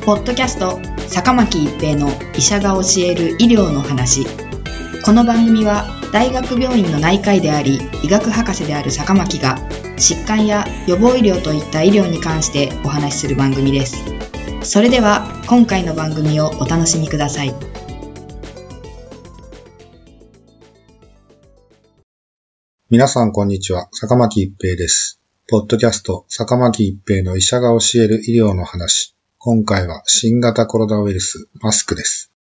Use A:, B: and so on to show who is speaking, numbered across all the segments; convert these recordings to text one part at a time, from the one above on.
A: ポッドキャスト坂巻一平の医者が教える医療の話。この番組は大学病院の内科医であり医学博士である坂巻が疾患や予防医療といった医療に関してお話しする番組です。それでは今回の番組をお楽しみください。
B: 皆さんこんにちは、坂巻一平です。ポッドキャスト坂巻一平の医者が教える医療の話。今回は新型コロナウイルスマスクです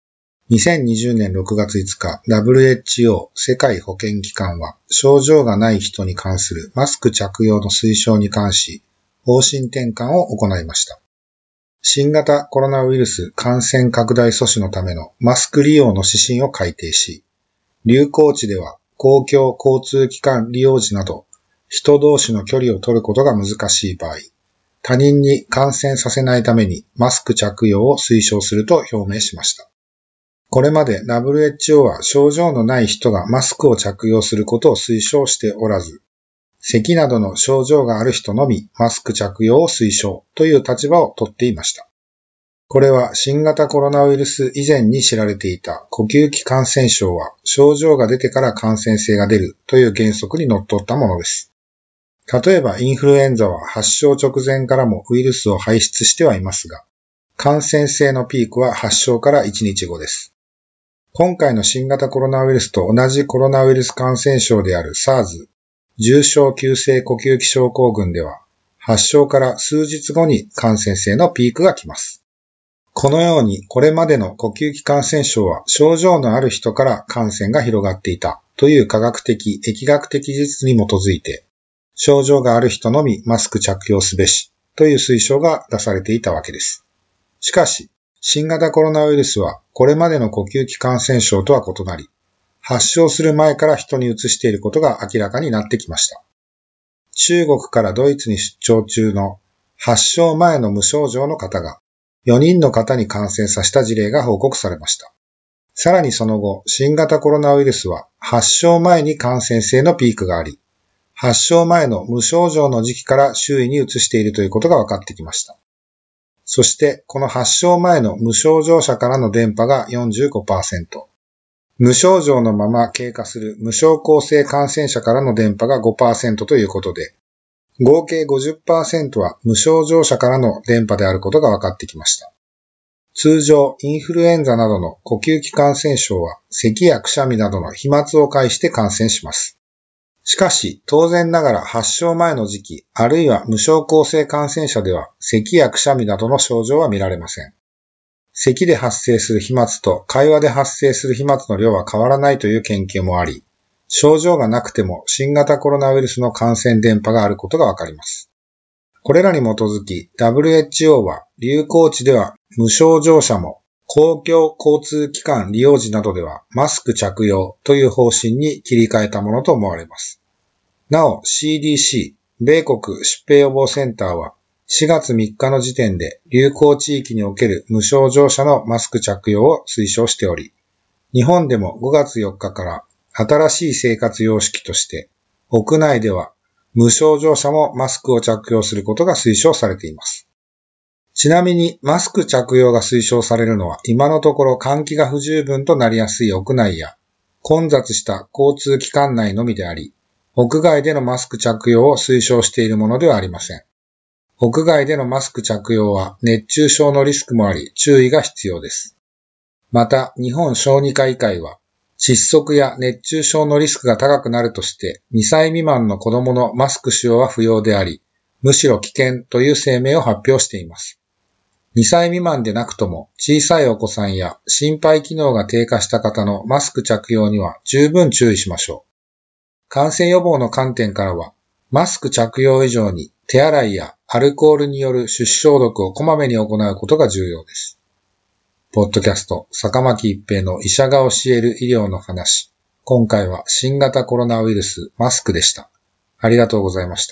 B: 。2020年6月5日、WHO 世界保健機関は症状がない人に関するマスク着用の推奨に関し、方針転換を行いました。新型コロナウイルス感染拡大阻止のためのマスク利用の指針を改定し、流行地では公共交通機関利用時など、人同士の距離を取ることが難しい場合、他人に感染させないためにマスク着用を推奨すると表明しました。これまで WHO は症状のない人がマスクを着用することを推奨しておらず、咳などの症状がある人のみマスク着用を推奨という立場を取っていました。これは新型コロナウイルス以前に知られていた呼吸器感染症は症状が出てから感染性が出るという原則にのっとったものです。例えばインフルエンザは発症直前からもウイルスを排出してはいますが、感染性のピークは発症から1日後です。今回の新型コロナウイルスと同じコロナウイルス感染症である SARS、重症急性呼吸器症候群では、発症から数日後に感染性のピークが来ます。このようにこれまでの呼吸器感染症は症状のある人から感染が広がっていたという科学的、疫学的事実に基づいて、症状がある人のみマスク着用すべしという推奨が出されていたわけです。しかし、新型コロナウイルスはこれまでの呼吸器感染症とは異なり、発症する前から人に移していることが明らかになってきました。中国からドイツに出張中の発症前の無症状の方が4人の方に感染させた事例が報告されました。さらにその後、新型コロナウイルスは発症前に感染性のピークがあり、発症前の無症状の時期から周囲に移しているということが分かってきました。そして、この発症前の無症状者からの伝播が 45%、無症状のまま経過する無症候性感染者からの伝播が 5% ということで、合計 50% は無症状者からの伝播であることが分かってきました。通常、インフルエンザなどの呼吸器感染症は咳やくしゃみなどの飛沫を介して感染します。しかし、当然ながら発症前の時期、あるいは無症候性感染者では咳やくしゃみなどの症状は見られません。咳で発生する飛沫と会話で発生する飛沫の量は変わらないという研究もあり、症状がなくても新型コロナウイルスの感染伝播があることがわかります。これらに基づき WHO は流行地では無症状者も公共交通機関利用時などではマスク着用という方針に切り替えたものと思われます。なお CDC 米国疾病予防センターは4月3日の時点で流行地域における無症状者のマスク着用を推奨しており、日本でも5月4日から新しい生活様式として、屋内では無症状者もマスクを着用することが推奨されています。ちなみにマスク着用が推奨されるのは今のところ換気が不十分となりやすい屋内や混雑した交通機関内のみであり、屋外でのマスク着用を推奨しているものではありません。屋外でのマスク着用は熱中症のリスクもあり注意が必要です。また、日本小児科医会は窒息や熱中症のリスクが高くなるとして2歳未満の子供のマスク使用は不要であり、むしろ危険という声明を発表しています。2歳未満でなくとも小さいお子さんや心肺機能が低下した方のマスク着用には十分注意しましょう。感染予防の観点からは、マスク着用以上に手洗いやアルコールによる手指消毒をこまめに行うことが重要です。ポッドキャスト坂巻一平の医者が教える医療の話。今回は新型コロナウイルスマスクでした。ありがとうございました。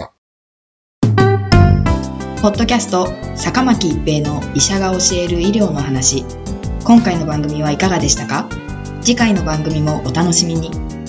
A: ポッドキャスト坂巻一平の医者が教える医療の話。今回の番組はいかがでしたか？次回の番組もお楽しみに。